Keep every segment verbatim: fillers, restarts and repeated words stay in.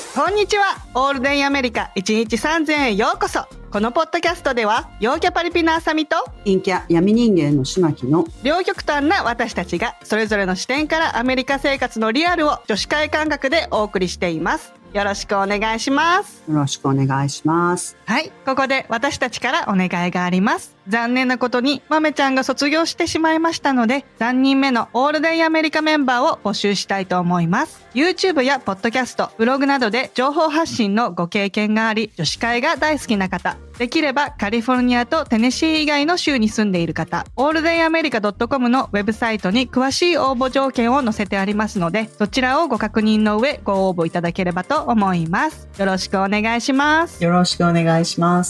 こんにちは。オールデンアメリカいちにちさんぜんえんようこそ。このポッドキャストでは陽キャパリピのあさみと陰キャ闇人間のしまきの両極端な私たちがそれぞれの視点からアメリカ生活のリアルを女子会感覚でお送りしています。よろしくお願いします。 よろしくお願いします。 はい、ここで私たちからお願いがあります。残念なことにまめちゃんが卒業してしまいましたので、さんにんめのオールデンアメリカメンバーを募集したいと思います。 YouTube やポッドキャスト、ブログなどで情報発信のご経験があり、女子会が大好きな方、できればカリフォルニアとテネシー以外の州に住んでいる方、オールデンアメリカ ドットコム のウェブサイトに詳しい応募条件を載せてありますので、そちらをご確認の上ご応募いただければと思います。よろしくお願いします。 よろしくお願いします。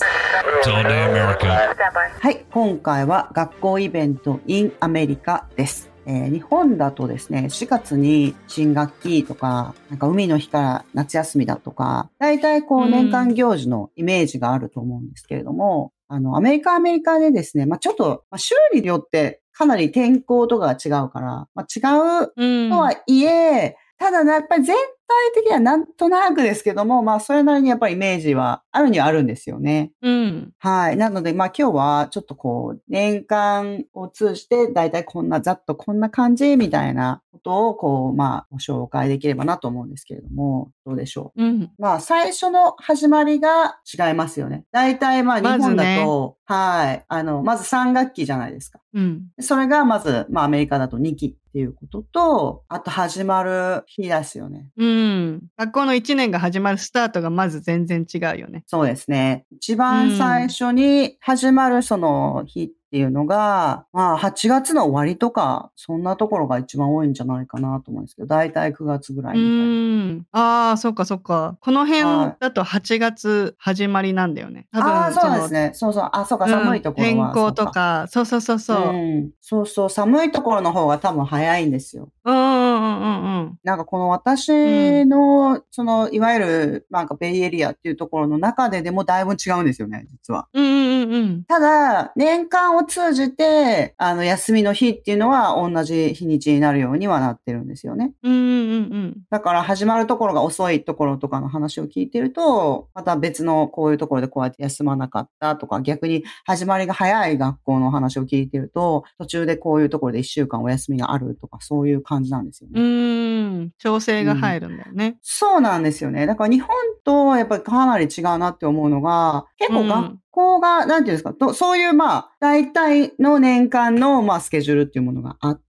はい、今回は学校イベント in アメリカです。えー、日本だとですね、しがつに新学期とか、なんか海の日から夏休みだとか、大体こう年間行事のイメージがあると思うんですけれども、うん、あの、アメリカアメリカでですね、まあちょっと、まあ、州によってかなり天候とかが違うから、まあ違うとはいえ、うん、ただやっぱり全体的にはなんとなくですけども、まあそれなりにやっぱりイメージはあるにはあるんですよね。 うん。 はい。なのでまあ今日はちょっとこう年間を通じてだいたいこんなざっとこんな感じみたいなことをこうまあご紹介できればなと思うんですけれども、どうでしょう。 うん。 まあ最初の始まりが違いますよね。だいたいまあ日本だと、まね、はい。あの、まずさんがっきじゃないですか。 うん。 それがまずまあアメリカだとにきっていうことと、あと始まる日ですよね。 うん。学校のいちねんが始まるスタートがまず全然違うよね。 そうですね。一番最初に始まるその日っていうのが、うん、まあはちがつの終わりとか、そんなところが一番多いんじゃないかなと思うんですけど、だいたいくがつぐらいみたいな。 うん。ああ、そっかそっか。この辺だとはちがつ始まりなんだよね。多分ああ、そうですね。そうそう。あ、そうか、寒いところは、うん。 天候とか、そうそうそうそう。 うん。そうそう、寒いところの方が多分早いんですよ。 うんうんうんうんうん。 なんかこの私の、うん、その、いわゆる、なんかベイエリアっていうところの中ででもだいぶ違うんですよね、実は。 うんうんうん。 ただ、年間を通じて、あの、休みの日っていうのは同じ日にちになるようにはなってるんですよね。 うんうんうん。 だから始まるところが遅いところとかの話を聞いてると、また別のこういうところでこうやって休まなかったとか、逆に始まりが早い学校の話を聞いてると、途中でこういうところでいっしゅうかんお休みがあるとか、そういう感じなんですよね。 うーん、調整が入るんだよね、うん。 そうなんですよね。だから日本とやっぱりかなり違うなって思うのが、結構学校が、うん、なんていうんですか、とそういうまあ、大体の年間のまあ、スケジュールっていうものがあって、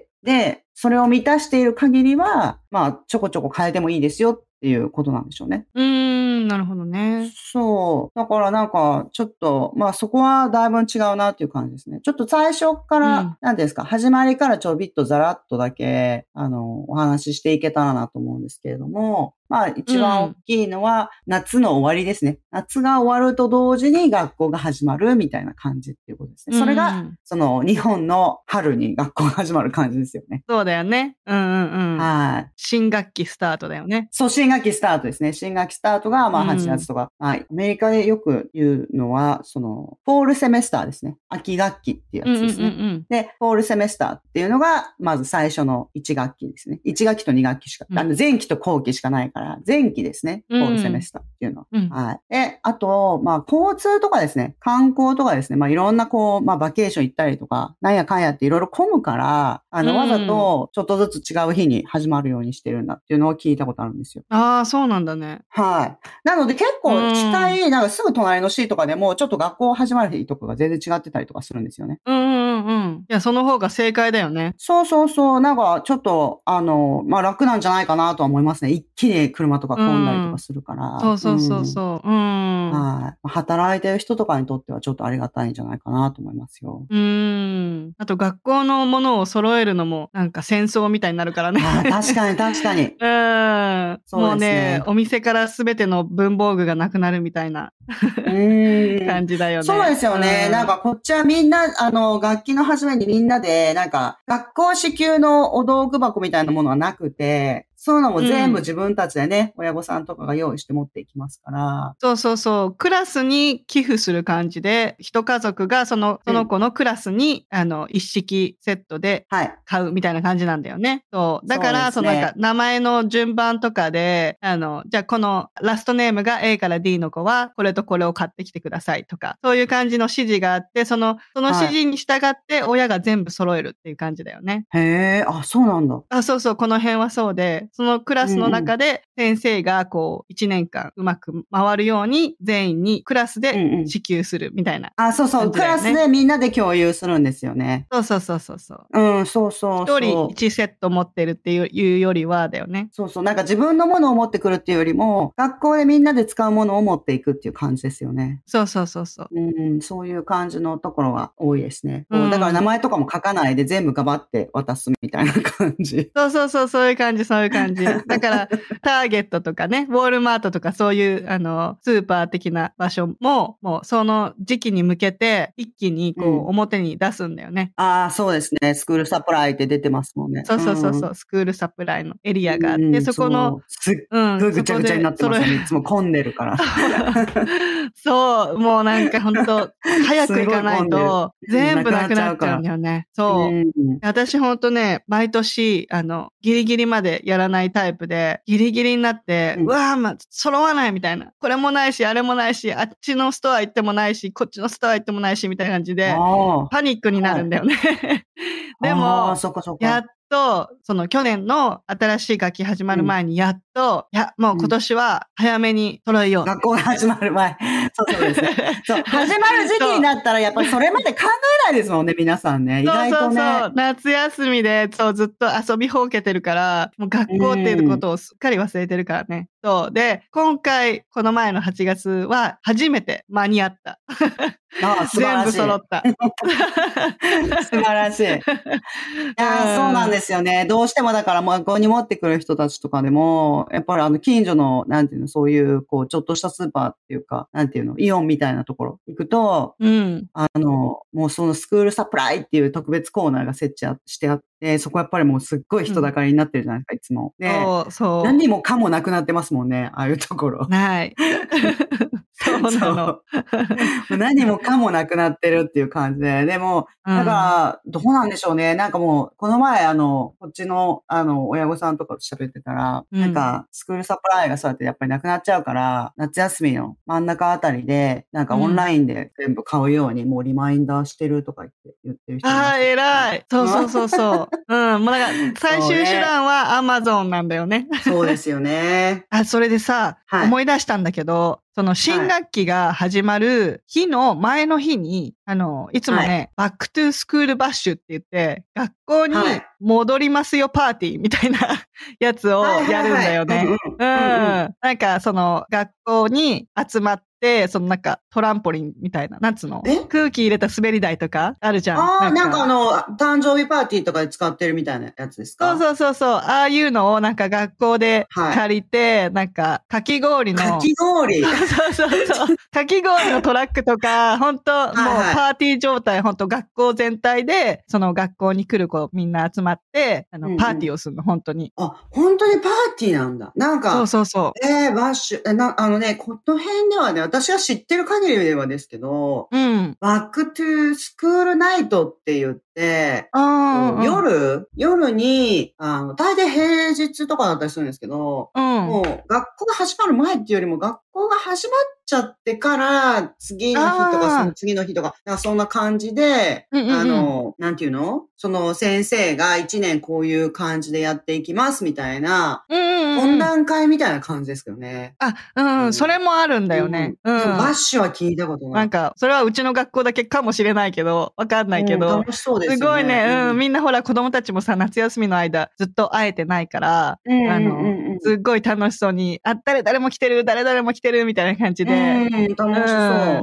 で、それを満たしている限りは、まあ、ちょこちょこ変えてもいいですよっていうことなんでしょうね。 うーん、なるほどね。 そう。だからなんか、ちょっと、まあそこはだいぶ違うなっていう感じですね。ちょっと最初から、うん、なんていうんですか、始まりからちょびっとざらっとだけ、あの、お話ししていけたらなと思うんですけれども、まあ一番大きいのは夏の終わりですね。うん、夏が終わると同時に学校が始まるみたいな感じっていうことですね。それが、うん、その日本の春に学校が始まる感じですよね。 そうだよね。うんうんうん。 はい。 新学期スタートだよね。 そう、新学期スタートですね。新学期スタートが、まあはちがつとか、うん、はい。アメリカでよく言うのは、その、フォールセメスターですね。秋学期っていうやつですね。うんうんうん、で、フォールセメスターっていうのが、まず最初のいちがっきですね。いちがっきとにがっきしか、うん、あの前期と後期しかないから、前期ですね。フォールセメスターっていうのは。うん、はい。で、あと、まあ、交通とかですね。観光とかですね。まあ、いろんなこう、まあ、バケーション行ったりとか、なんやかんやっていろいろ混むから、あの、わざと、ちょっとずつ違う日に始まるようにしてるんだっていうのを聞いたことあるんですよ。 ああ、そうなんだね。 はい。なので結構近い、なんかすぐ隣の市とかでも、ちょっと学校始まる日とかが全然違ってたりとかするんですよね。 うんうんうん。いや、その方が正解だよね。 そうそうそう。なんか、ちょっと、あの、まあ、楽なんじゃないかなとは思いますね。一気に車とか混んだりとかするから。 うん、そうそうそうそう。うん。 はい。働いてる人とかにとってはちょっとありがたいんじゃないかなと思いますよ。 うん。あと、学校のものを揃えるのも、なんか戦争みたいになるからね。 あ、確かに確かに。 うん。そうですね。もうね、お店からすべての文房具がなくなるみたいな感じだよね。 そうですよね。なんかこっちはみんな、あの、楽器の初めにみんなで、なんか、学校支給のお道具箱みたいなものはなくて、 そういうのも全部自分たちでね、うん、親御さんとかが用意して持っていきますから。 そうそうそう。クラスに寄付する感じで、一家族がその、その子のクラスに、うん、あの、一式セットで買うみたいな感じなんだよね。そう。だから、その、ね、なんか、名前の順番とかで、あの、じゃあこのラストネームが A から D の子は、これとこれを買ってきてくださいとか、そういう感じの指示があって、その、その指示に従って親が全部揃えるっていう感じだよね。 はい、へえ、あ、そうなんだ。 あ、そうそう、この辺はそうで、そのクラスの中で先生がこう、いちねんかんうまく回るように全員にクラスで支給するみたいな、ねうんうん。あ、そうそう、クラスでみんなで共有するんですよね。 そうそうそうそうそう。 うん、そうそうそう。 一人一セット持ってるっていうよりはだよね。 そうそう、なんか自分のものを持ってくるっていうよりも、学校でみんなで使うものを持っていくっていう感じですよね。 そうそうそうそう。 うん、そういう感じのところが多いですね。うん、だから名前とかも書かないで全部ガバって渡すみたいな感じ。 そうそうそう、そういう感じ、そういう感じ。だから、ターゲットとかね、ウォールマートとかそういう、あの、スーパー的な場所も、もうその時期に向けて、一気にこう、うん、表に出すんだよね。 ああ、そうですね。スクールサプライって出てますもんね。 そうそうそうそう、うん、スクールサプライのエリアがあって、うん、そこの、 すっごいぐちゃぐちゃになってますよね。いつも混んでるから。 そう、もうなんかほんと、早く行かないと、全部なくなっちゃうんだよね。そう。うん、私ほんとね、毎年、あの、ギリギリまでやらないタイプで、ギリギリになって、うん、うわぁ、ま、揃わないみたいな。これもないし、あれもないし、あっちのストア行ってもないし、こっちのストア行ってもないし、みたいな感じで、パニックになるんだよね。はい、でも、 そっかそっか、 やっと、その去年の新しい学期始まる前にやっと、うん、いや、もう今年は早めに揃えよう。 学校が始まる前。そうそうですね。そう、始まる時期になったら、やっぱりそれまで考えないですもんね、皆さんね。意外とね。そうそうそう。 夏休みで、そう、ずっと遊びほうけてるから、もう学校っていうことをすっかり忘れてるからね。そう。で、今回、この前のはちがつは初めて間に合った。 ああ、素晴らしい。 全部揃った。 素晴らしい。いや、そうなんですよね。どうしてもだから学校に持ってくる人たちとかでも、やっぱりあの近所の、なんていうの、そういう、こう、ちょっとしたスーパーっていうか、なんていうの、イオンみたいなところ行くと、 うん、 あの、もうそのスクールサプライっていう特別コーナーが設置してあって、そこやっぱりもうすっごい人だかりになってるじゃないですか、うん、いつも。で、 そうそう。 何もかもなくなってますもんね、ああいうところ。 ない。そうなの。 何もかもなくなってるっていう感じで。でも、だから、どうなんでしょうね。なんかもう、この前、あの、こっちの、あの、親御さんとかと喋ってたら、うん、なんか、スクールサプライがそうやってやっぱりなくなっちゃうから、夏休みの真ん中あたりで、なんかオンラインで全部買うように、もうリマインダーしてるとか言って言ってる人いました。 ああ、偉い。そうそうそうそう。うん。もうなんか、最終手段はアマゾンなんだよね。 そうですよね。 あ、それでさ、はい、思い出したんだけど、その新学期が始まる日の前の日に、あの、いつもね、はい、バックトゥースクールバッシュって言って、学校に戻りますよパーティーみたいなやつをやるんだよね。うん。なんかその学校に集まって、そのなんかトランポリンみたいな、なんつうの空気入れた滑り台とかあるじゃん。 ああ、なんかあの、誕生日パーティーとかで使ってるみたいなやつですか？ そうそうそうそう。ああいうのをなんか学校で借りて、はい、なんかかき氷の。 かき氷そうそうそう。かき氷のトラックとか、本当もうパーティー状態、本当学校全体で、その学校に来る子みんな集まって、あの、うんうん、パーティーをするの、本当に。 あ、本当にパーティーなんだ。なんか、 そうそうそう。 えー、バッシュ、えな、あのね、この辺ではね、私が知ってる限りではですけど、 うん。 バックトゥースクールナイトって言って、 うん、 夜、夜に、あの、大体平日とかだったりするんですけど、 うん、 もう学校が始まる前っていうよりも学校が始まっちゃってから、次の日とかその次の日とか、なんかそんな感じで、 うんうんうん、 あの、なんていうの？その先生が一年こういう感じでやっていきますみたいな、 うんうんうん、 懇談会みたいな感じですけどね。 あ、うん、うん、それもあるんだよね。うん。うん、 バッシュは聞いたことない。 なんか、それはうちの学校だけかもしれないけど、わかんないけど。 うん、楽しそうですよね。 すごいね、うん、みんなほら子供たちもさ、夏休みの間ずっと会えてないから、 うんうんうん、 あの、すっごい楽しそうに、あ、誰誰も来てる、誰誰も来てるみたいな感じで。 うん、楽しそう、うん。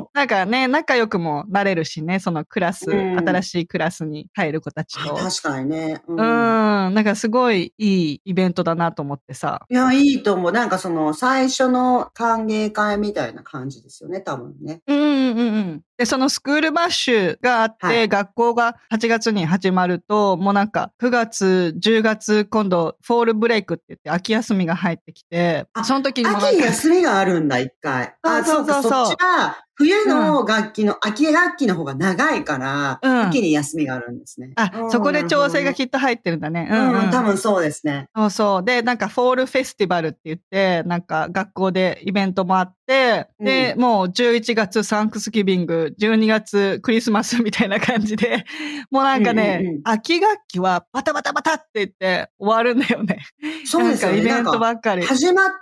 なんかね、仲良くもなれるしね、そのクラス、うん、新しいクラスに入る子たちと。 確かにね。 うん。うん、なんかすごいいいイベントだなと思ってさ。 いや、いいと思う。なんかその最初の歓迎会みたいな感じですよね、多分ね。 うんうんうんうん。 で、そのスクールバッシュがあって、はい、学校がはちがつに始まると、もうなんかくがつ、じゅうがつ、今度フォールブレイクって言って秋休みが入ってきて、その時にもなんか秋に休みがあるんだ、一回。あ、そうそうそう。そっちは冬の楽器の、うん、秋学期の方が長いから、うん、秋に休みがあるんですね。 あ、そこで調整がきっと入ってるんだね。 うんうん、多分そうですね。 そうそう。で、なんかフォールフェスティバルって言って、なんか学校でイベントもあって、で、うん、もうじゅういちがつサンクスギビング、じゅうにがつクリスマスみたいな感じで、もうなんかね、うんうんうん、秋学期はバタバタバタって言って終わるんだよね。 そうですよね。 なんかイベントばっかり。 始まった、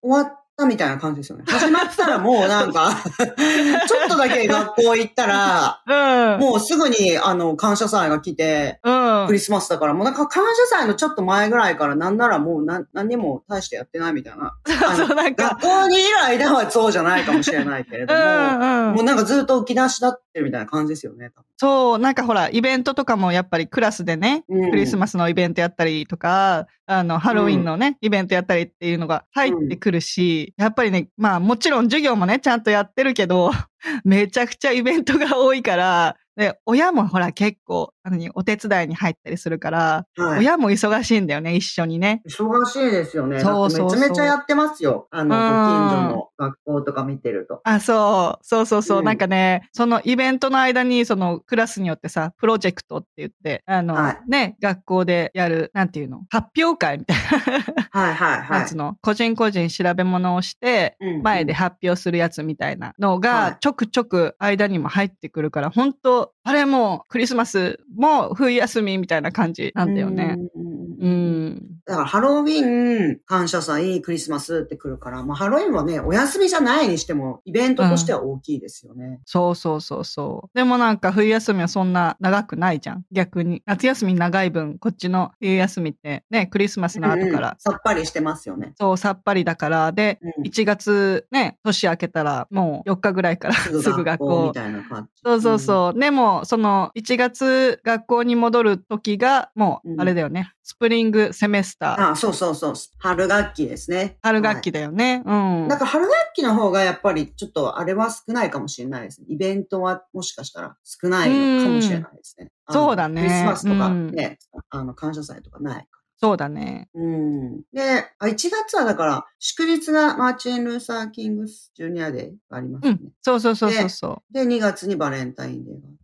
終わった、みたいな感じですよね。始まったらもうなんか、ちょっとだけ学校行ったら、うん、もうすぐにあの、感謝祭が来て、うん、クリスマスだから、もうなんか感謝祭のちょっと前ぐらいからなんならもう何、何にも大してやってないみたいな。そうなんか学校にいる間はそうじゃないかもしれないけれども、うんうん、もうなんかずっと浮き出しだってるみたいな感じですよね。 そう、なんかほら、イベントとかもやっぱりクラスでね、うん、クリスマスのイベントやったりとか、あの、ハロウィンのね、うん、イベントやったりっていうのが入ってくるし、うん、やっぱりね、まあもちろん授業もね、ちゃんとやってるけど、めちゃくちゃイベントが多いから、で、親もほら結構、あの、お手伝いに入ったりするから、はい、親も忙しいんだよね、一緒にね。 忙しいですよね。そうそうそう。めちゃめちゃやってますよ。あの、ご近所の学校とか見てると。 あ、そう。そうそうそう。うん、なんかね、そのイベントの間に、そのクラスによってさ、プロジェクトって言って、あの、はい、ね、学校でやる、なんていうの、発表会みたいな。 はいはいはい。 やつの、個人個人調べ物をして、前で発表するやつみたいなのが、ちょくちょく間にも入ってくるから、本当あれもクリスマスも冬休みみたいな感じなんだよね。うん。うんだからハロウィン、感謝祭、クリスマスって来るから、まあハロウィンはね、お休みじゃないにしても、イベントとしては大きいですよね。うん、 そうそうそうそう。でもなんか冬休みはそんな長くないじゃん。逆に。夏休み長い分、こっちの冬休みってね、クリスマスの後から。うんうん、 さっぱりしてますよね。 そう、さっぱりだから。で、うん、いちがつね、年明けたらもうよっかぐらいからすぐ学校。 みたいな感じ。 そうそうそう。うん、でも、そのいちがつ学校に戻る時が、もう、あれだよね。うん、スプリングセメスター。 ああ、そうそうそう。春学期ですね。 春学期だよね。はい、うん。 なんか春学期の方がやっぱりちょっとあれは少ないかもしれないですね。イベントはもしかしたら少ないのかもしれないですね。 そうだね。 クリスマスとかね、うん、あの感謝祭とかないから。 そうだね。 うん。で、いちがつはだから、祝日がマーチン・ルーサー・キングス・ジュニアデーがありますね。うん、 そうそうそうそうそう。 で、にがつにバレンタインデーがあって、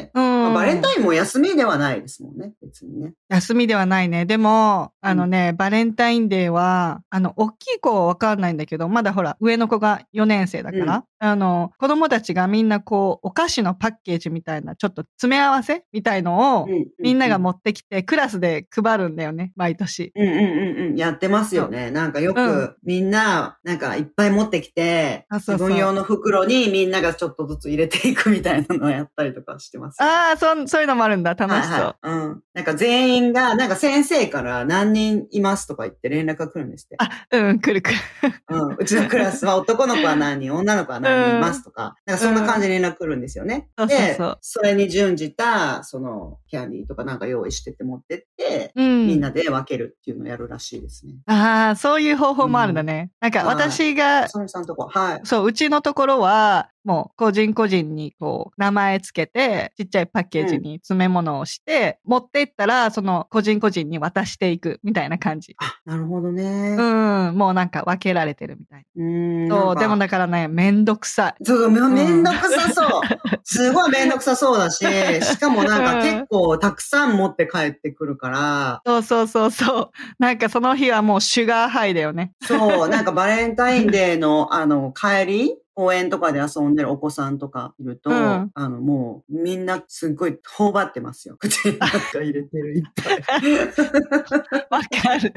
まあ、バレンタインも休みではないですもんね、別にね。 休みではないね。でも、あのね、うん、バレンタインデーは、あの、大きい子はわかんないんだけど、まだほら、上の子がよねん生だから、うん、あの、子供たちがみんなこう、お菓子のパッケージみたいな、ちょっと詰め合わせみたいのを、みんなが持ってきて、クラスで配るんだよね、毎年。 うんうんうんうん、やってますよね。なんかよく、うん、みんな、なんかいっぱい持ってきて、そうそうそう、自分用の袋にみんながちょっとずつ入れていくみたいなのをやったりとかしてます、 ね。ああ、そ、そういうのもあるんだ。楽しそう。はいはい、 うん。なんか全員が、なんか先生から何人いますとか言って連絡が来るんですって。 あ、うん、来る来る。 うん。うちのクラスは男の子は何人、女の子は何人いますとか、うん、なんかそんな感じで連絡来るんですよね。うん、で、そうそうそう、それに準じた、その、キャンディーとかなんか用意してって持ってって、うん、みんなで分けるっていうのをやるらしいですね。 ああ、そういう方法もあるんだね。うん、なんか私が、 はい、そのさんのとこ、はい。 そう、うちのところは、もう個人個人にこう名前つけてちっちゃいパッケージに詰め物をして、うん、持っていったらその個人個人に渡していくみたいな感じ。 あ、なるほどね。 うん、もうなんか分けられてるみたい。うん。そう、でもだからね、めんどくさい。 そう、めんどくさそう。うん、すごいめんどくさそうだし、しかもなんか結構たくさん持って帰ってくるから。 そうそうそうそう。なんかその日はもうシュガーハイだよね。 そう、なんかバレンタインデーのあの帰り公園とかで遊んでるお子さんとかいると、うん、あの、もう、みんなすっごい頬張ってますよ。口になんか入れてるいっぱい。 わかる。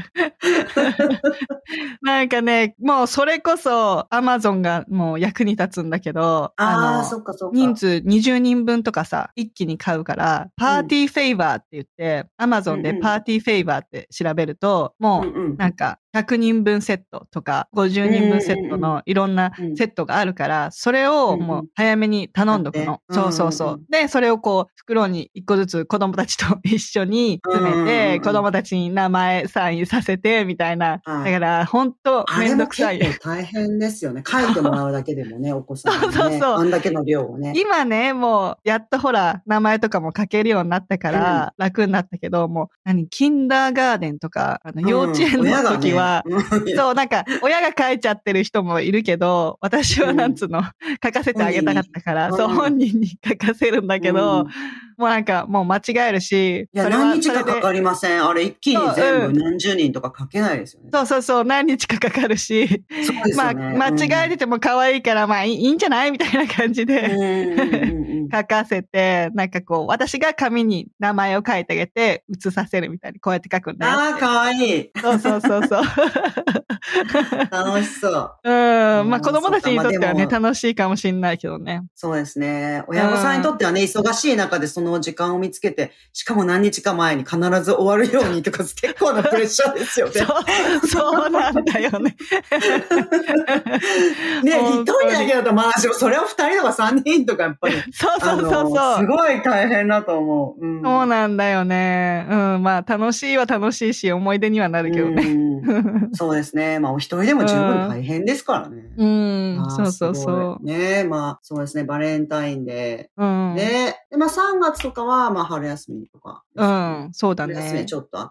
なんかね、もうそれこそ、アマゾンがもう役に立つんだけど、 ああ、そっかそっか。 人数にじゅうにんぶんとかさ、一気に買うから、パーティーフェイバーって言って、アマゾンでパーティーフェイバーって調べると、もう、なんか、 ひゃくにんぶんセットとかごじゅうにんぶんセットのいろんなセットがあるから、それをもう早めに頼んどくの。そうそうそう。で、それをこう袋にいっこずつ子供たちと一緒に詰めて、子供たちに名前サインさせてみたいな。だから本当めんどくさい。 あれも結構大変ですよね。書いてもらうだけでもね、お子さんにね。そうそうそう。あんだけの量をね。 今ね、もうやっとほら名前とかも書けるようになったから楽になったけど、もう何キンダーガーデンとかあの幼稚園の時は、そうなんか親が書いちゃってる人もいるけど、私はなんつうの、うん、書かせてあげたかったから、うん、そう本人に書かせるんだけど、うん、もうなんかもう間違えるし、 いや何日かかかりません。あれ一気に全部何十人とか書けないですよね。 そうそうそう、何日かかかるし、 そうですよね、 まあ間違えてても可愛いからまあいいんじゃないみたいな感じで書かせて、なんかこう私が紙に名前を書いてあげて写させるみたいにこうやって書くんだよ。 ああ可愛い。 そうそうそうそう。 楽しそう。 うん。まあ子供たちにとってはね、楽しいかもしれないけどね。 そうですね。親御さんにとってはね、忙しい中でその時間を見つけて、しかも何日か前に必ず終わるようにとか結構なプレッシャーですよね。 そう、そうなんだよね。 ね、一人だけだとまあ、それを二人とか三人とかやっぱり。 そうそうそうそう。 すごい大変だと思う、 うん。そうなんだよね。うん。まあ楽しいは楽しいし、思い出にはなるけどね。 うんそうですね。まあお一人でも十分大変ですからね。 うん。うん、そうそうそう。 ねまあそうですね。バレンタインデー。 うん。 で、でまあさんがつとかはまあ春休みとか、 ね。うん。そうだね。 春休みちょっとあって、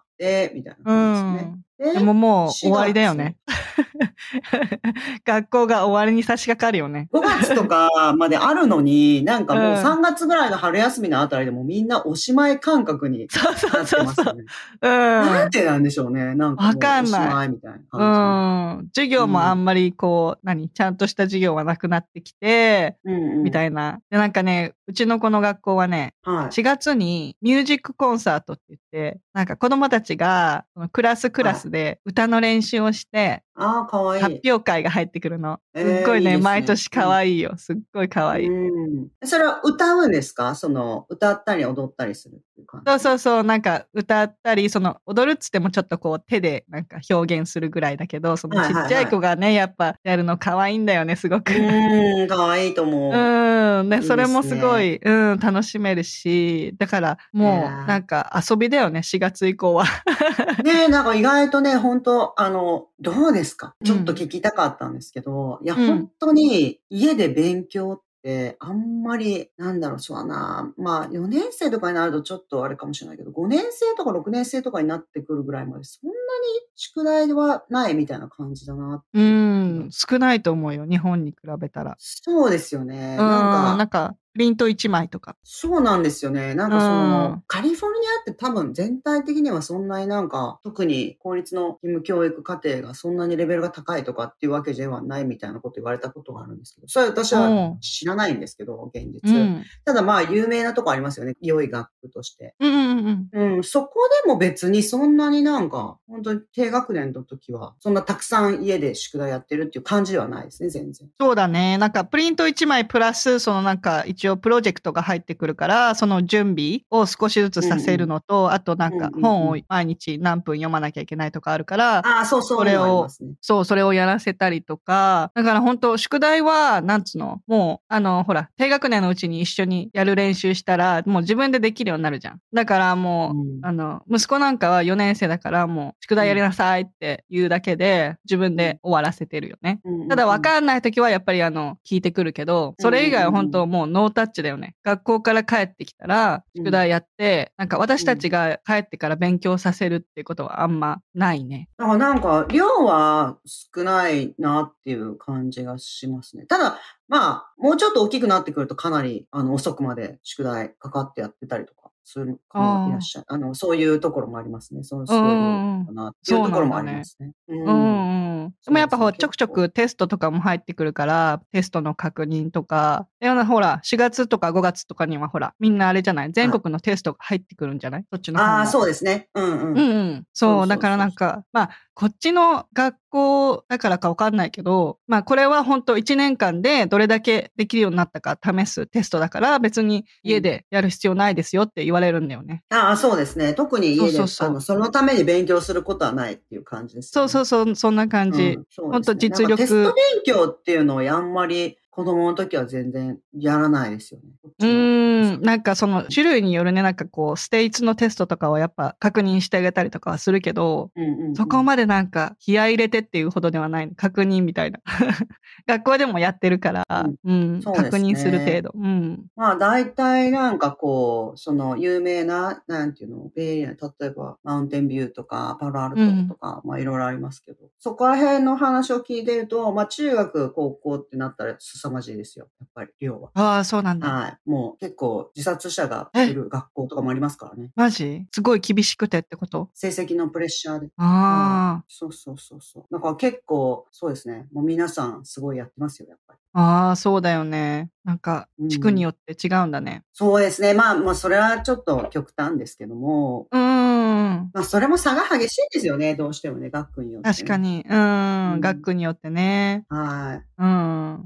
みたいな感じですね。うんでももう終わりだよね。学校が終わりに差し掛かるよね。 ごがつとかまであるのに、なんかもうさんがつぐらいの春休みのあたりでもみんなおしまい感覚になってますよね。そうそうそう。うん。なんでなんでしょうね。なんかもうおしまいみたいな感じ。うん。授業もあんまりこう、うん、何ちゃんとした授業はなくなってきて、うんうん、みたいな。で、なんかね、うちの子の学校はね、はい、しがつにミュージックコンサートって言って、なんか子供たちがクラスクラスで歌の練習をして、 ああ、かわいい。 発表会が入ってくるの。すっごいね、えーいいね毎年かわいいよ。すっごいかわいい。 うん。それは歌うんですか？その、歌ったり踊ったりするっていう感じ？ そうそうそう、なんか歌ったり、その踊るっつってもちょっとこう手でなんか表現するぐらいだけど、そのちっちゃい子がね、はいはいはい、やっぱやるのかわいいんだよね、すごく。 うん、かわいいと思う。 うん。ね、それもすごい、いいね、うん、楽しめるし、だからもうなんか遊びだよね、しがつ以降は。 ねえ、なんか意外とね、本当あの、どうですか？ちょっと聞きたかったんですけど、うん、いや、本当に家で勉強ってあんまり、なんだろう、そうだな。まあ、よねん生とかになるとちょっとあれかもしれないけど、ごねん生とかろくねん生とかになってくるぐらいまで、そんなに宿題はないみたいな感じだな。 うん、少ないと思うよ、日本に比べたら。 そうですよね。 なんか、なんか、プリントいちまいとか。 そうなんですよね。なんかその、カリフォルニアって多分全体的にはそんなになんか、特に公立の義務教育課程がそんなにレベルが高いとかっていうわけではないみたいなこと言われたことがあるんですけど、それは私は知らないんですけど、現実。うん、ただまあ、有名なとこありますよね。良い学区として。 うんうんうん。 うん、そこでも別にそんなになんか、本当に低学年の時は、そんなたくさん家で宿題やってるっていう感じではないですね、全然。 そうだね。なんかプリントいちまいプラス、そのなんか一応プロジェクトが入ってくるから、その準備を少しずつさせるのと、うんうん、あとなんか本を毎日何分読まなきゃいけないとかあるから、 ああ、そうそう、 それを、 ね、 そう、それをやらせたりとか、だから本当宿題は、なんつうの、もう、あの、ほら、低学年のうちに一緒にやる練習したら、もう自分でできるようになるじゃん。だからもう、うん、あの、息子なんかはよねん生だからもう、宿題やりなさいって言うだけで、自分で終わらせてるよね。うん、ただ分かんない時はやっぱりあの、聞いてくるけど、それ以外は本当もうノータッチだよね。学校から帰ってきたら、宿題やって、なんか私たちが帰ってから勉強させるっていうことはあんまないね。 だからなんか、量は少ないなっていう感じがしますね。ただ、まあ、もうちょっと大きくなってくるとかなり、あの、遅くまで宿題かかってやってたりとか。する方がいらっしゃる。あの、そういうところもありますね。その、そういうかなっていうところもありますね。 うんうんうん。でもやっぱほら、ちょくちょくテストとかも入ってくるから、テストの確認とか、いやほら、しがつとかごがつとかにはほら、みんなあれじゃない全国のテストが入ってくるんじゃないそっちの方も。 ああ、そうですね。うんうん。 うんうん。そう、だからなんか、まあ、こっちの学校だからかわかんないけど、まあこれは本当いちねんかんでどれだけできるようになったか試すテストだから別に家でやる必要ないですよって言われるんだよね。 うん、ああ、そうですね。特に家で、 そうそうそう、 あの、そのために勉強することはないっていう感じですよね。 ね。 そうそうそう、そんな感じ。うん、そうですね。本当実力。 テスト勉強っていうのをあんまり子供の時は全然やらないですよね。 うーん、なんかその種類によるね、なんかこう、ステイツのテストとかはやっぱ確認してあげたりとかはするけど、うんうんうん、そこまでなんか気合い入れてっていうほどではない、確認みたいな。学校でもやってるから、うん、うん、確認する程度。うん。 まあ大体なんかこう、その有名な、なんていうの、ベイエリア、例えばマウンテンビューとかパロアルトとか、うん、まあいろいろありますけど、そこら辺の話を聞いてると、まあ中学、高校ってなったら凄まじいですよ。やっぱり量は。 ああ、そうなんだ。 はい。もう結構自殺者がいる学校とかもありますからね。 マジ？すごい厳しくてってこと？ 成績のプレッシャーで。 ああ、 そうそうそうそう。だから結構、そうですね。もう皆さんすごいやってますよ、やっぱり。 ああ、そうだよね。なんか、地区によって違うんだね。 うん、そうですね。まあ、まあ、それはちょっと極端ですけども。 うーん。 まあ、それも差が激しいですよね。どうしてもね、学区によって、ね。 確かに。うーん。うん、学区によってね。 はい。 うん。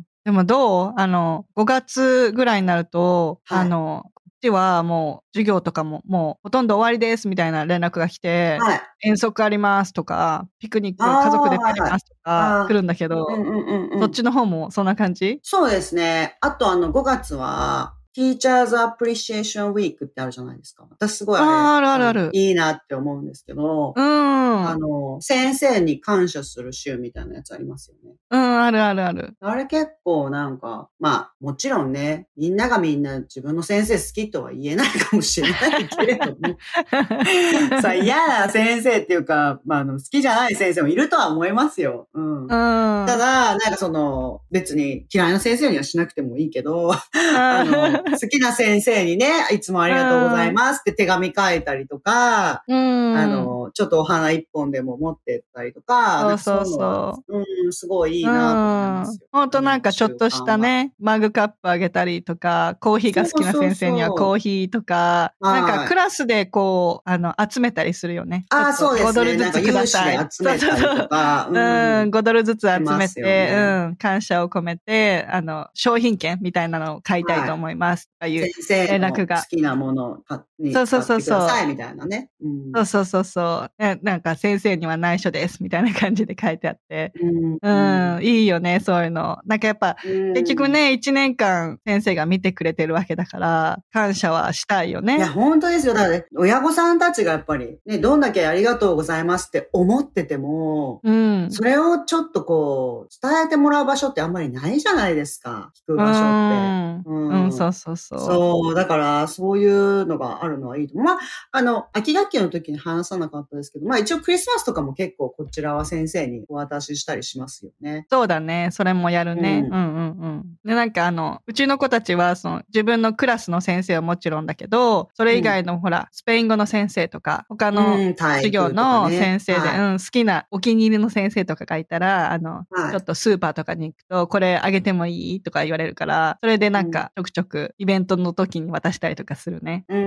でもどう？あの、ごがつぐらいになると、はい、あの、こっちはもう授業とかももうほとんど終わりですみたいな連絡が来て、はい、遠足ありますとか、ピクニック家族でやりますとか来るんだけど、そっちの方もそんな感じ？ そうですね。あとあのごがつは、Teachers Appreciation Week ってあるじゃないですか。私すごいあれ、 ああるあるある。 いいなって思うんですけど、うん。あの、先生に感謝する週みたいなやつありますよね。 うん、あるあるある。 あれ結構なんか、まあ、もちろんね、みんながみんな自分の先生好きとは言えないかもしれないけれども、さあ嫌な先生っていうか、まあ、あの、好きじゃない先生もいるとは思いますよ。うん。うん、ただ、なんかその、別に嫌いな先生にはしなくてもいいけど、あの、好きな先生にね、いつもありがとうございますって手紙書いたりとか、うん、あの、ちょっとお花一本でも持ってったりとか、 そうそうそう。 うん、すごいいいなと思いますよ。 ほんとなんかちょっとしたね、マグカップあげたりとか、コーヒーが好きな先生にはコーヒーとか、そうそうそう、なんかクラスでこう、あの、集めたりするよね。 ああ、そうですね。ごドルずつください。集めたりとか。 うん、ごドルずつ集めて、ね、うん、感謝を込めて、あの、商品券みたいなのを買いたいと思います。という連絡が。 好きなものに使ってくださいみたいなね。 そうそうそうそう。なんか先生には内緒ですみたいな感じで書いてあって。うん、うん、いいよね、そういうの。なんかやっぱ、結局ね、一年間先生が見てくれてるわけだから、感謝はしたいよね。 いや、本当ですよ。だから、ね、親御さんたちがやっぱり、ね、どんだけありがとうございますって思ってても、うん、それをちょっとこう、伝えてもらう場所ってあんまりないじゃないですか。聞く場所って。 うん、うん、そうそうそう。 そう、だから、そういうのがあるのはいいと思う。まあ、あの、秋学期の時に話さなかったですけど、まあ一応クリスマスとかも結構こちらは先生にお渡ししたりしますよね。 そうだね。それもやるね。うん、うん、うんうんで、なんかあの、うちの子たちは、その、自分のクラスの先生はもちろんだけど、それ以外の、うん、ほら、スペイン語の先生とか、他の授業の先生で、うん、ね、はい、うん、好きなお気に入りの先生とかがいたら、あの、はい、ちょっとスーパーとかに行くと、これあげてもいいとか言われるから、それでなんか、ちょくちょくイベントの時に渡したりとかするね。 うん、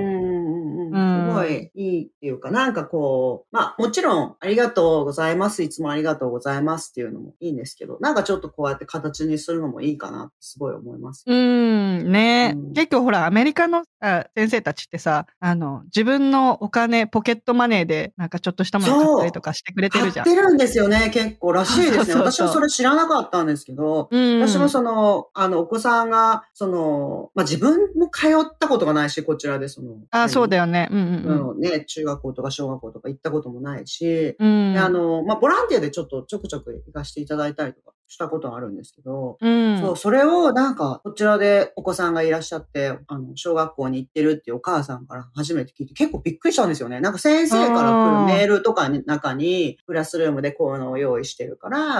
うん、すごいいいっていうか、なんかこう、まあ、もちろん、ありがとうございます、いつもありがとうございますっていうのもいいんですけど、なんかちょっとこうやって形にするのもいいかなってすごい思います。 うん、ね、うん、結構ほら、アメリカのあ先生たちってさ、あの、自分のお金、ポケットマネーで、なんかちょっとしたもの買ったりとかしてくれてるじゃん。 買ってるんですよね、結構らしいですね。そうそうそう、私もそれ知らなかったんですけど、うん、私もその、あの、お子さんが、その、まあ、自分も通ったことがないし、こちらでその、 あ、そうだよね。うんうんうん。ね、中学校とか小学校とか行ったこともないし、うん、であの、まあ、ボランティアでちょっとちょくちょく行かせていただいたりとかしたことがあるんですけど、うん、そう、それをなんか、こちらでお子さんがいらっしゃって、あの、小学校に行ってるっていうお母さんから初めて聞いて、結構びっくりしたんですよね。なんか先生から来るメールとかに中に、クラスルームでこういうのを用意してるから、うん、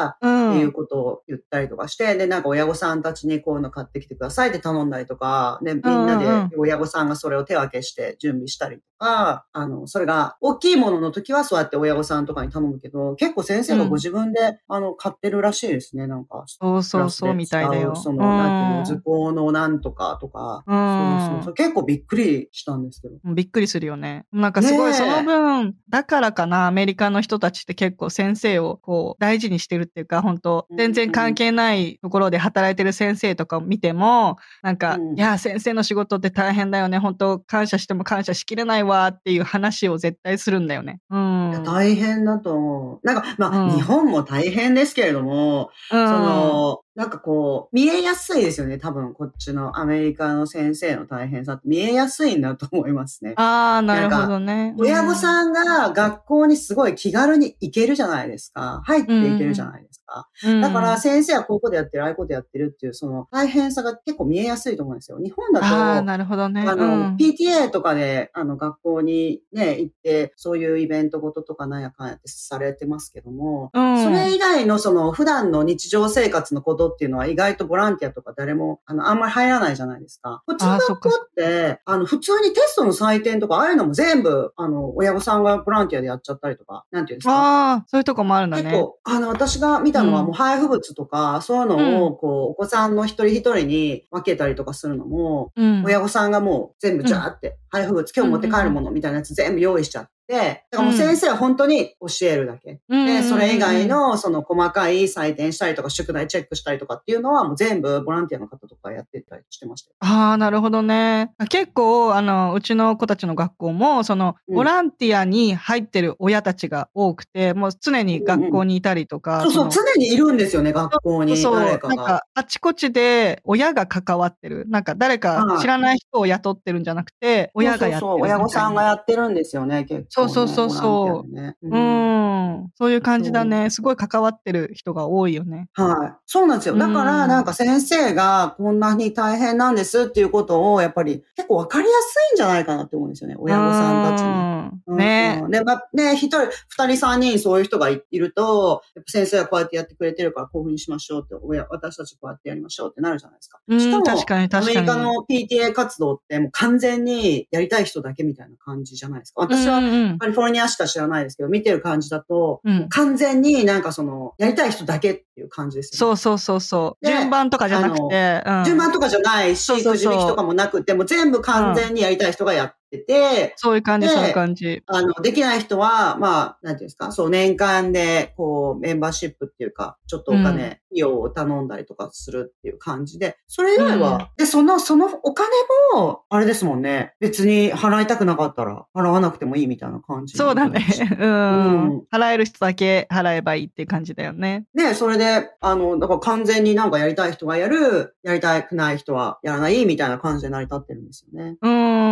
っていうことを言ったりとかして、で、なんか親御さんたちにこういうの買ってきてくださいって頼んだりとか、で、みんなで親御さんがそれを手分けして準備したりとか、あの、それが大きいものの時はそうやって親御さんとかに頼むけど、結構先生がご自分で、うん、あの、買ってるらしいですね、なんか。 そうそうそうみたいだよ。 その、なんていうの、図工のなんとかとか、うん、そうそうそう。結構びっくりしたんですけど。 びっくりするよね。なんかすごいその分、だからかな、アメリカの人たちって結構先生をこう大事にしてるっていうか、本当全然関係ないところで働いてる先生とかを見ても、なんか、うん、いや、先生の仕事って大変だよね。本当感謝しても感謝しきれないわっていう話を絶対するんだよね。うん。 いや大変だと思う。なんか、まあ、うん、日本も大変ですけれども、うん、その、なんかこう、見えやすいですよね。多分、こっちのアメリカの先生の大変さって見えやすいんだと思いますね。 ああ、なるほどね。 親御さんが学校にすごい気軽に行けるじゃないですか。入っていけるじゃないですか。うん、だから先生はこういうことやってる、ああいうことやってるっていう、その大変さが結構見えやすいと思うんですよ。日本だと、 ああ、なるほどね。 あの、 うん、 ピーティーエー とかで、あの、学校にね、行って、そういうイベントごととかなんやかんやってされてますけども、うん、それ以外のその普段の日常生活のことっていうのは意外とボランティアとか誰も、あの、あんまり入らないじゃないですか。こっちの学校って、あ, あの、普通にテストの採点とか、ああいうのも全部、あの、親御さんがボランティアでやっちゃったりとか、なんていうんですか。 ああ、そういうとこもあるんだね。 結構、あの、私が見たのはもう配布物とか、うん、そういうのを、こう、お子さんの一人一人に分けたりとかするのも、うん、親御さんがもう全部ジャーって、配布物、今日持って帰るものみたいなやつ全部用意しちゃって、で、だからもう先生は本当に教えるだけ。うん、で、それ以外のその細かい採点したりとか、宿題チェックしたりとかっていうのはもう全部ボランティアの方とかやってたりしてましたよ。 ああ、なるほどね。結構、あの、うちの子たちの学校も、その、ボランティアに入ってる親たちが多くて、うん、もう常に学校にいたりとか。 うんうん、そうそう、常にいるんですよね、学校に。 そう、 誰かが。 なんか、あちこちで親が関わってる。なんか、誰か知らない人を雇ってるんじゃなくて、親がやってるみたいな。 そうそうそう、親御さんがやってるんですよね、結構、ね。 そうそうそうそう。ね、うん、うん。そういう感じだね。すごい関わってる人が多いよね。 はい。そうなんですよ。だから、なんか先生がこんなに大変なんですっていうことを、やっぱり結構わかりやすいんじゃないかなって思うんですよね。親御さんたちに。 うん、ね、 うん。で、まあ、ね、一人、二人、三人そういう人がいると、やっぱ先生はこうやってやってくれてるから、こういうふうにしましょうって、親、私たちこうやってやりましょうってなるじゃないですか。 うん、 しかも、 確かに確かに。 アメリカの ピーティーエー 活動ってもう完全にやりたい人だけみたいな感じじゃないですか。私はカリフォルニアしか知らないですけど、見てる感じだと、うん、完全になんかその、やりたい人だけっていう感じですよね。 そうそうそうそう。順番とかじゃなくて、 うん、順番とかじゃないし、くじ引きとかもなくて、もう全部完全にやりたい人がやってて、 そういう感じ、そういう感じ。 あの、できない人は、まあ、なんていうんですか、そう、年間で、こう、メンバーシップっていうか、ちょっとお金、費用を頼んだりとかするっていう感じで、それ以外は、うん、で、その、そのお金も、あれですもんね。別に払いたくなかったら、払わなくてもいいみたいな感じ。 そうだね。うん。うん、払える人だけ払えばいいっていう感じだよね。 ね、それで、あの、だから完全になんかやりたい人がやる、やりたくない人はやらないみたいな感じで成り立ってるんですよね。 うん、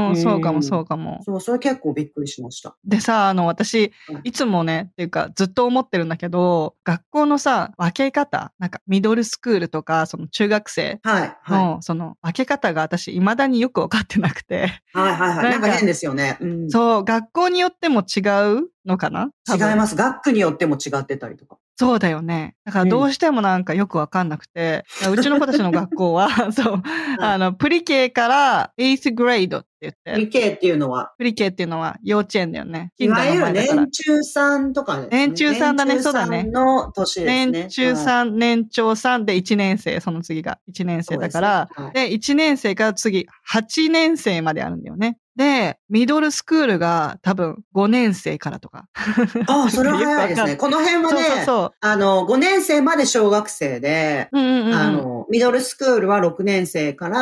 うん、そうかもそうかも。 そう、それ結構びっくりしました。 でさ、あの、私、いつもね、っていうか、ずっと思ってるんだけど、学校のさ、分け方、なんか、ミドルスクールとか、その中学生の、はいはい、その、分け方が私、未だによく分かってなくて。 はいはいはい。なんか変ですよね。 うん、そう、学校によっても違うのかな？ 違います。学区によっても違ってたりとか。 そうだよね。だからどうしてもなんかよくわかんなくて、うん、うちの子たちの学校は、そう、はい、あの、プリケーからエイスグレードって言って。 プリケーっていうのはプリケーっていうのは幼稚園だよね。 いわゆる年中さんとかですね。 年中さんだね、そうだね。 年中さんの年ですね。 年中さん、はい、年長さんでいちねん生、その次がいちねん生だから、で、ねはい、で、いちねん生から次はちねん生まであるんだよね。で、ミドルスクールが多分ごねん生からとか。 ああ、それは早いですね。この辺はね、そうそうそうあの、ごねん生まで小学生で、うんうんうん、あの、ミドルスクールはろくねん生から、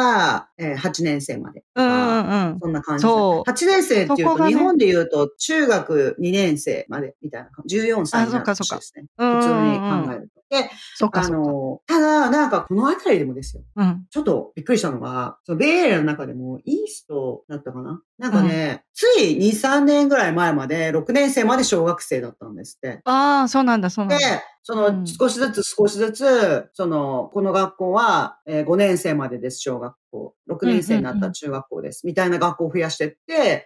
えー、はちねん生まで。うんうんうん。そんな感じです。そう。はちねん生っていうと、ね、日本で言うと中学にねん生までみたいな感じ。じゅうよんさいになる年ですね。普通に考えると。で、あの、ただ、なんかこのあたりでもですよ。うん、ちょっとびっくりしたのが、そのベイエリアの中でもイーストだったかななんかね、 ついに、さんねんぐらい前まで、ろくねん生まで小学生だったんですって。 ああ、そうなんだ、そうなんだ。 で、その、少しずつ少しずつ、その、この学校は、えー、ごねん生までです、小学校。ろくねん生になったら中学校です。みたいな学校を増やしてって、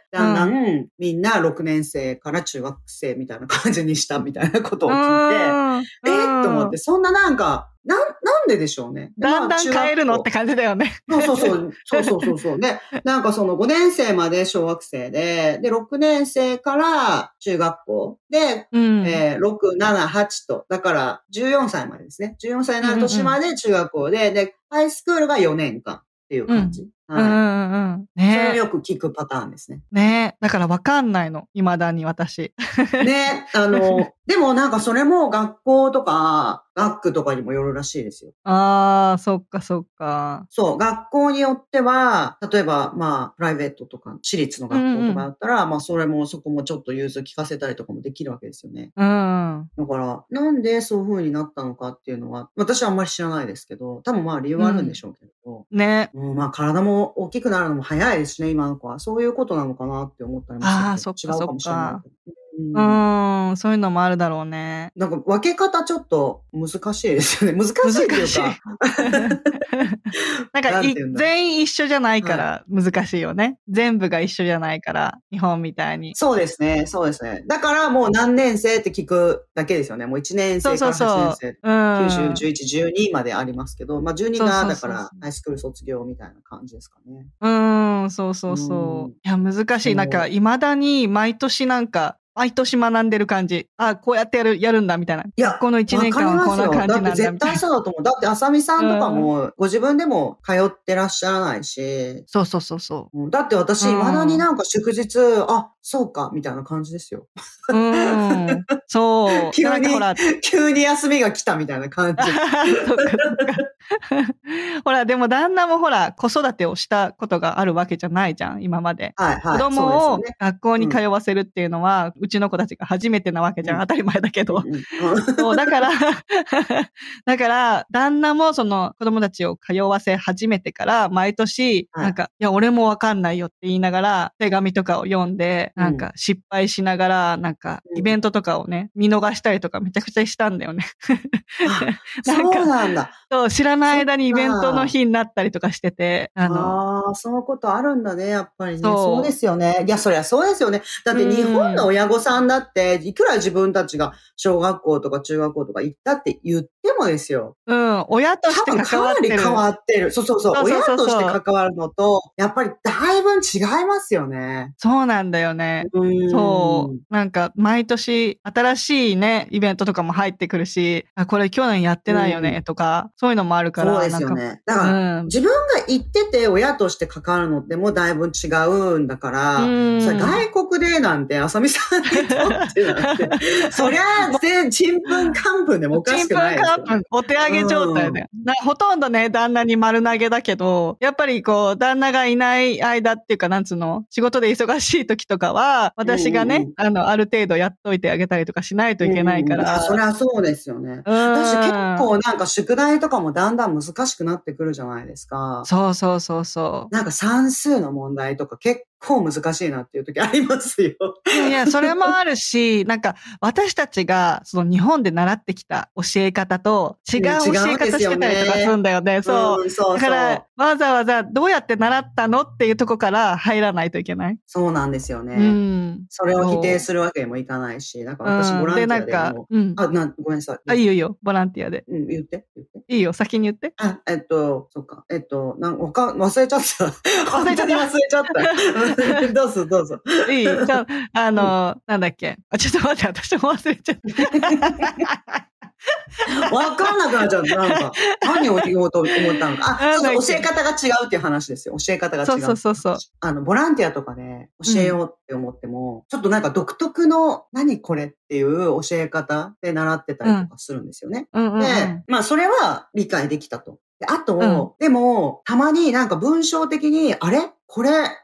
だんだんみんなろくねん生から中学生みたいな感じにしたみたいなことを聞いて、えっと思って、そんななんか、な、なんででしょうね。 だんだん変えるのって感じだよね。 そうそうそう。そうそうそうそう。で、なんかそのごねん生まで小学生で、で、ろくねん生から中学校で、うん、えー、ろく、なな、はちと、だからじゅうよんさいまでですね。じゅうよんさいになる年まで中学校で、うんうん、で、ハイスクールがよねんかんっていう感じ。 うん、はい。うんうんうん。ね、 それをよく聞くパターンですね。 ね、だからわかんないの。未だに私。 ね、あの、でもなんかそれも学校とか学区とかにもよるらしいですよ。 ああ、そっかそっか。 そう、学校によっては、例えばまあ、プライベートとか、私立の学校とかだったら、うんうん、まあそれもそこもちょっと融通聞かせたりとかもできるわけですよね。 うん。 だから、なんでそういう風になったのかっていうのは、私はあんまり知らないですけど、多分まあ理由はあるんでしょうけど。 うん、ね。 うん、まあ体も大きくなるのも早いですしね、今の子は。そういうことなのかなって思ったりもするけど。 ああ、そっかそっか。 うん、 うーん、そういうのもあるだろうね。 なんか分け方ちょっと難しいですよね。難しいっていうか。 なんかい全員一緒じゃないから難しいよね、はい。全部が一緒じゃないから、日本みたいに。 そうですね、そうですね。だからもう何年生って聞くだけですよね。もういちねん生からはちねん生。そうそうそう。きゅうじゅう、じゅういち、じゅうにまでありますけど、まあじゅうにがだからハイスクール卒業みたいな感じですかね。 うーん、そうそうそう。いや、難しい。なんか未だに毎年なんか、毎年学んでる感じ。あ、こうやってやる、やるんだ、みたいな。いや、このいちねんかんはこんな感じなんだ。 だって絶対そうだと思う。だって、あさみさんとかも、ご自分でも通ってらっしゃらないし。 そうそうそうそう。 だって私、未だになんか祝日、あ、そうか、みたいな感じですよ。 うん。そう。 急に、急に休みが来たみたいな感じ。 そっかそっか。ほら、でも旦那もほら、子育てをしたことがあるわけじゃないじゃん、今まで。 はいはい。 子供を学校に通わせるっていうのは、うちの子たちが初めてなわけじゃん。当たり前だけど。そう、だから、だから、旦那もその子供たちを通わせ始めてから、毎年、なんか、いや、俺もわかんないよって言いながら、手紙とかを読んで、なんか失敗しながら、なんか、イベントとかをね、見逃したりとかめちゃくちゃしたんだよね。 そうなんだ。 そう、知らない間にイベントの日になったりとかしてて、 あの。ああ、そういうことあるんだね、やっぱりね。そう。そうですよね。いや、そりゃそうですよね。だって日本の親御さんだって、いくら自分たちが小学校とか中学校とか行ったって言ってもですよ。 うん、親として関わってる。 かなり変わってる。そうそうそう。そうそうそうそう、親として関わるのと、やっぱりだいぶ違いますよね。 そうなんだよね。そう。なんか、毎年新しいね、イベントとかも入ってくるし、あ、これ去年やってないよね、とか、そういうのもあるから。 そうですよね。だから、うん、自分が行ってて親として関わるのってもうだいぶ違うんだから、それ外国でなんて、あさみさんにとってなんて、そりゃあ、ちんぷんかんぷんでもおかしくないですよ、ね。ちんぷんかんぷん、 お手上げ状態だよ、うん。ほとんどね、旦那に丸投げだけど、やっぱりこう、旦那がいない間っていうか、なんつうの、仕事で忙しい時とかは、私がね、うんうん、あの、ある程度やっといてあげたりとかしないといけないから。 うんうん、そりゃそうですよね。私結構なんか宿題とかもだんだん難しくなってくるじゃないですか。 そうそうそうそう。 なんか算数の問題とか結構難しいなっていう時ありますよ。 いやいや、それもあるし、なんか私たちがその日本で習ってきた教え方と違う教え方してたりとかするんだよね。そう。うん、そうそう。だからわざわざどうやって習ったのっていうとこから入らないといけない。 そうなんですよね。うん。それを否定するわけにもいかないし、なんか私ボランティアでも、うん、でなんか、うん、あ、な、ごめんなさい。 あ、いいよいいよ、ボランティアで。 うん、言って、言って。 いいよ、先に言って。 あ、えっと、そっか。えっと、なんわか、忘れちゃった。忘れちゃった。忘れちゃった。どうぞ、どうぞ。 いいちょ、あの、うん、なんだっけ。あ、ちょっと待って、私も忘れちゃった。 わかんなくなっちゃった。なんか、何を言おうと思ったのか。あ、そうそう、教え方が違うっていう話ですよ。教え方が違う。 そうそうそうそう。 あの、ボランティアとかで教えようって思っても、うん、ちょっとなんか独特の、何これっていう教え方で習ってたりとかするんですよね。 うんうんうんうん、 で、まあ、それは理解できたと。であと、うん、でも、たまになんか文章的に、あれこれ、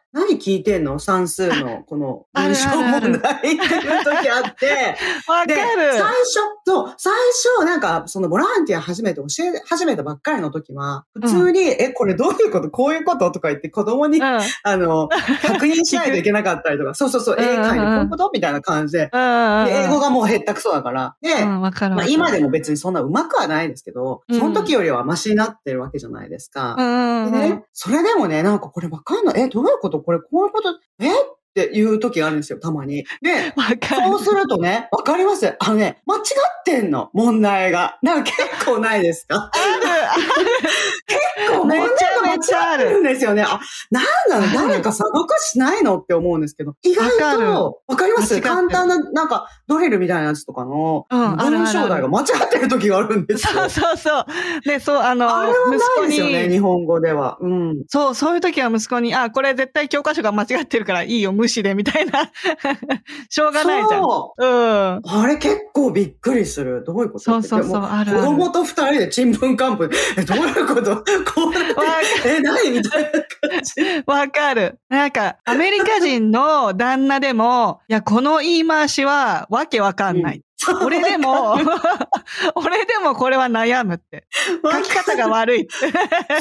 何聞いてんの算数のこの文章問題っていう時あって。 わかる。 で、最初と、最初なんかそのボランティア初めて教え始めたばっかりの時は、普通に、うん、え、これどういうことこういうこととか言って子供に、うん、あの、確認しないといけなかったりとか、そうそうそう、英会のこういうことみたいな感じで、で、英語がもうへったくそだから。で、 うん、わかるわかる。 まあ今でも別にそんな上手くはないですけど、その時よりはマシになってるわけじゃないですか。 うん、 でね、それでもね、なんかこれわかんない。え、どういうことこれこういうことえっていう時があるんですよ、たまに。で、そうするとね、わかりますあのね、間違ってんの、問題が。なんか結構ないですかある、ある。 結構問題が間違ってるんですよね。あ、なんなの誰か査読しないのって思うんですけど、意外と、わかります簡単な、なんか、ドリルみたいなやつとかの、文章題が間違ってる時があるんですよ。 そうそうそう。で、そう、あの、 あれはないですよね、日本語では。うん。 そう、そういう時は息子に、あ、これ絶対教科書が間違ってるからいいよ、無視で、みたいな。しょうがないじゃん。そう。うん。 あれ結構びっくりする。どういうことそうそうそう、あるある。 子供と二人でちんぷんかんぷん。え、どういうことこうなって、え、何みたいな感じ。 わかる。なんか、アメリカ人の旦那でも、いや、この言い回しはわけわかんない。うん俺でも、俺でもこれは悩むって。書き方が悪いって。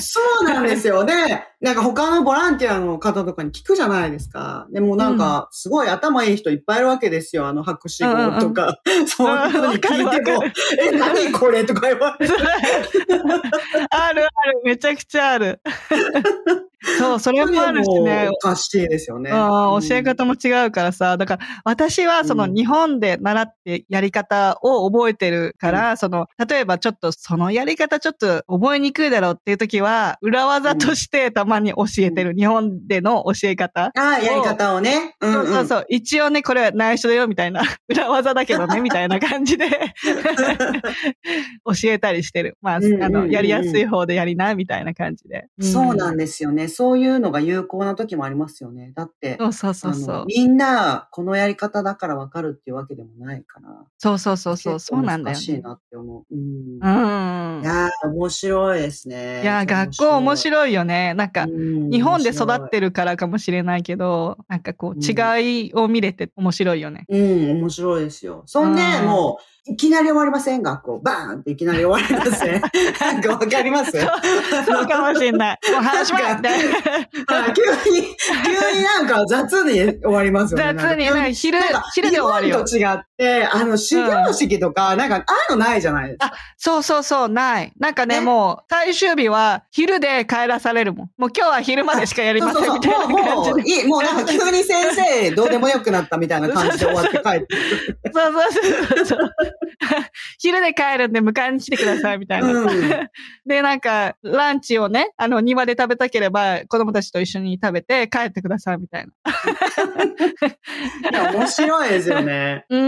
そうなんですよ。で、なんか他のボランティアの方とかに聞くじゃないですか。でもなんか、すごい頭いい人いっぱいいるわけですよ。あの、博士号とか。うんうん、そういう人に聞いても、え、何これとか言われて。 あるある、めちゃくちゃある。そう、それもあるしね。 おかしいですよね。 ああ、教え方も違うからさ。だから、私はその日本で習ってやり方を覚えてるから、うん、その、例えばちょっとそのやり方ちょっと覚えにくいだろうっていう時は、裏技としてたまに教えてる。うん、日本での教え方。 ああ、やり方をね。 うんうん、そうそうそう。一応ね、これは内緒だよみたいな。裏技だけどね、みたいな感じで教えたりしてる。まあ、あの、やりやすい方でやりな、みたいな感じで。 うん、そうなんですよね。そういうのが有効な時もありますよね。だって、 そうそうそうそう。 みんなこのやり方だからわかるっていうわけでもないから。 そうそうそうそう、そうなんだよ、ね。 難しいなって思う。うん。 うん、 いやー、面白いですね。 いやー、学校面白いよね。なんか、日本で育ってるからかもしれないけど、なんかこう、違いを見れて面白いよね。 うん、うん、面白いですよ。そんで、もう、いきなり終わりません学校。バーンっていきなり終わりますね。なんかわかりますそうそうかもしれない。もう話しまって。 急に、急になんか雑に終わりますよね。 雑に、なんか昼、昼で終わるよ。 日本と違って、あの、始業式とか、うん、なんか、ああいうのないじゃないですか。 あ、そうそうそう、ない。なんかね、もう、最終日は昼で帰らされるもん。もう今日は昼までしかやりませんみたいな感じで。 もう、もういい、もうなんか急に先生、どうでもよくなったみたいな感じで終わって帰ってくる。 そうそうそうそう。昼で帰るんで迎えに来てくださいみたいな。うん、で、なんか、ランチをね、あの、庭で食べたければ、子供たちと一緒に食べて帰ってくださいみたいな。 いや、面白いですよね。 うん、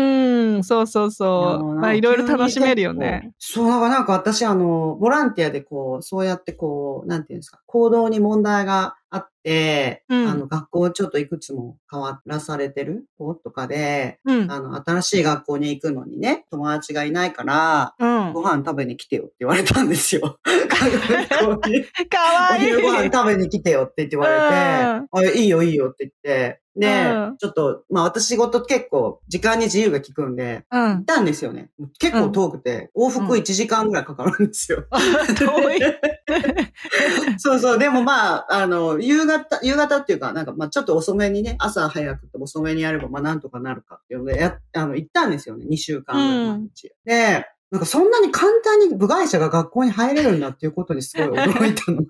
そうそうそう。まあ、いろいろ楽しめるよね。 そう、なんか私、あの、ボランティアでこう、そうやってこう、なんていうんですか、行動に問題があって、うん、あの、学校ちょっといくつも変わらされてる子とかで、うん、あの、新しい学校に行くのにね、友達がいないから、うん、ご飯食べに来てよって言われたんですよ。学校に。 かわいい。 お昼ご飯食べに来てよって言われて、うん、あ、いいよいいよって言って、で、うん、ちょっと、まあ私仕事結構時間に自由が利くんで、うん、行ったんですよね。結構遠くて、うん、往復いちじかんぐらいかかるんですよ。 遠い。 そうそう、でもまあ、あの、夕方、夕方っていうか、なんかまあちょっと遅めにね、朝早くて遅めにやればまあなんとかなるかっていうので、や、あの、行ったんですよね。にしゅうかんぐらい毎日。うん、で、なんかそんなに簡単に部外者が学校に入れるんだっていうことにすごい驚いたの。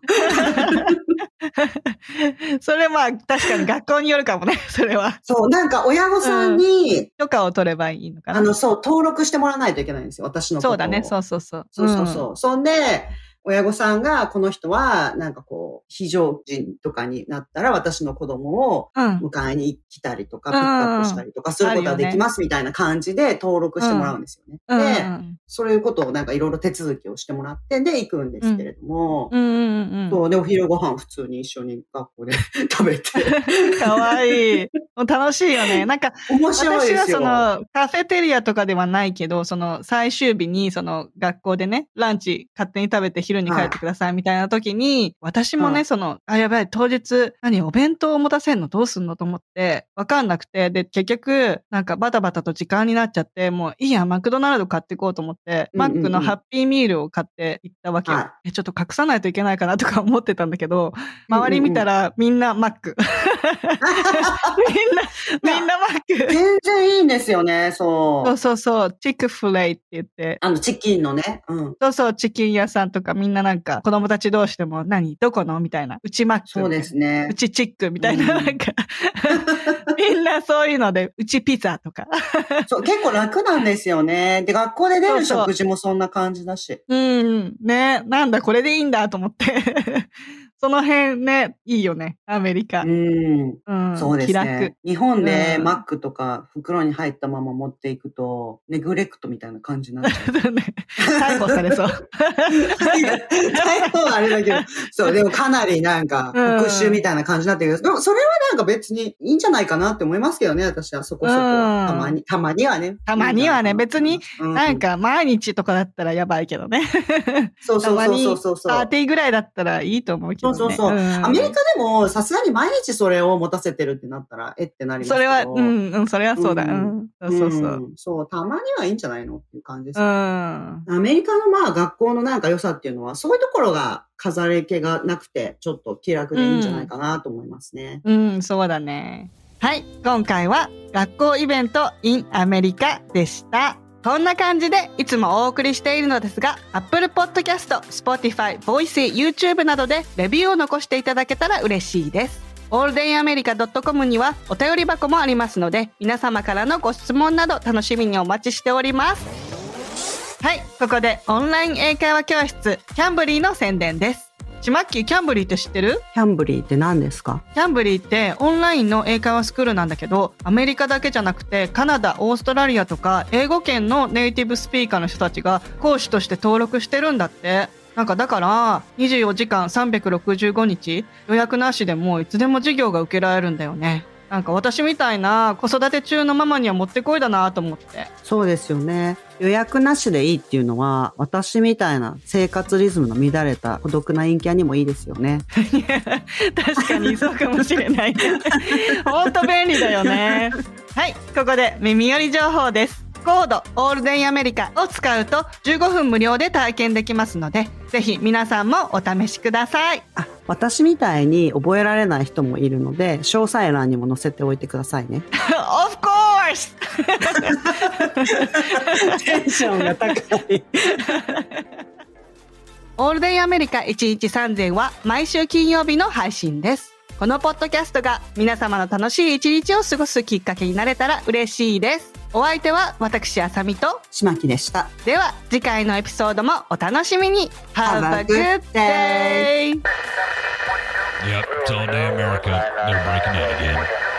それまあ確かに学校によるかもね、それは。 そう、なんか親御さんに、うん、 許可を取ればいいのかな。 あの、そう、登録してもらわないといけないんですよ、私のことを。 そうだね、そうそうそう。 そうそうそう。うん、そんで、親御さんが、この人は、なんかこう、非常人とかになったら、私の子供を迎えに来たりとか、うん、ピックアップしたりとか、することができますみたいな感じで登録してもらうんですよね。うん、で、うん、そういうことをなんかいろいろ手続きをしてもらって、で、行くんですけれども、うんうんうん、そう、で、お昼ご飯普通に一緒に学校で食べて。 かわいい。楽しいよね。なんか、 面白いですよ。 私はその、カフェテリアとかではないけど、その、最終日にその、学校でね、ランチ勝手に食べて昼昼に帰ってくださいみたいな時に、はい、私もね、はい、その、あ、やばい、当日、何、お弁当を持たせんのどうすんのと思って、わかんなくて、で、結局、なんかバタバタと時間になっちゃって、もういいや、マクドナルド買っていこうと思って、うんうんうん、マックのハッピーミールを買って行ったわけよ。はい、え、ちょっと隠さないといけないかなとか思ってたんだけど、周り見たらみんなマック。みんな、みんなマック。 全然いいんですよね、そう。 そうそうそう、チックフレイって言って。 あの、チキンのね。うん。 そうそう、チキン屋さんとかみんななんか、子供たち同士でも、何どこのみたいな。うちマック。 そうですね。 うちチックみたいな、うん、なんか、みんなそういうので、うちピザとか。 そう、結構楽なんですよね。で、学校で出る食事もそんな感じだし。 そうそう、うん、ね、なんだ、これでいいんだと思って。その辺ね、いいよね、アメリカ。 うん。うん、そうですね。日本でマックとか袋に入ったまま持っていくと、ネグレクトみたいな感じになっちゃう。 逮捕されそう。 逮捕はあれだけど、そう、でもかなりなんか、復讐みたいな感じになってるけど、でもそれはなんか別にいいんじゃないかなって思いますけどね、私はそこそこ。たまに、たまにはね。 たまにはね、別に、なんか毎日とかだったらやばいけどね。 そうそうそうそうそう。 パーティーぐらいだったらいいと思うけどね。 そうそうそう。うん、アメリカでもさすがに毎日それを持たせてるってなったら、えってなりますけど。 それは、うん、うん、それはそうだ。うん。そうそうそう。 うん、そう、たまにはいいんじゃないのっていう感じです、ね。うん。アメリカのまあ学校のなんか良さっていうのは、そういうところが飾り気がなくて、ちょっと気楽でいいんじゃないかなと思いますね。 うん、うん、そうだね。はい。今回は学校イベント in アメリカでした。こんな感じでいつもお送りしているのですが、Apple Podcast、Spotify、Voicy、YouTube などでレビューを残していただけたら嬉しいです。オールデイアメリカドットコム にはお便り箱もありますので、皆様からのご質問など楽しみにお待ちしております。はい、ここでオンライン英会話教室キャンブリーの宣伝です。ちまっきー、キャンブリーって知ってる？ キャンブリーって何ですか？ キャンブリーってオンラインの英会話スクールなんだけど、アメリカだけじゃなくてカナダ、オーストラリアとか英語圏のネイティブスピーカーの人たちが講師として登録してるんだって。なんかだからにじゅうよじかんさんびゃくろくじゅうごにち予約なしでもいつでも授業が受けられるんだよね。なんか私みたいな子育て中のママにはもってこいだなと思って。 そうですよね。予約なしでいいっていうのは、私みたいな生活リズムの乱れた孤独な陰キャにもいいですよね。 確かにそうかもしれない。本当便利だよね。はい、ここで耳寄り情報です。コードオールデンアメリカを使うとじゅうごふん無料で体験できますので、ぜひ皆さんもお試しください。 あ、私みたいに覚えられない人もいるので、詳細欄にも載せておいてくださいね。 Of course! テンションが高い。 オールデンアメリカいちにちさんぜんは毎週金曜日の配信です。このポッドキャストが皆様の楽しい一日を過ごすきっかけになれたら嬉しいです。お相手は私あさみとしまきでした。 では次回のエピソードもお楽しみに。 Have a good day! Yep, it's all day America. They're breaking out again.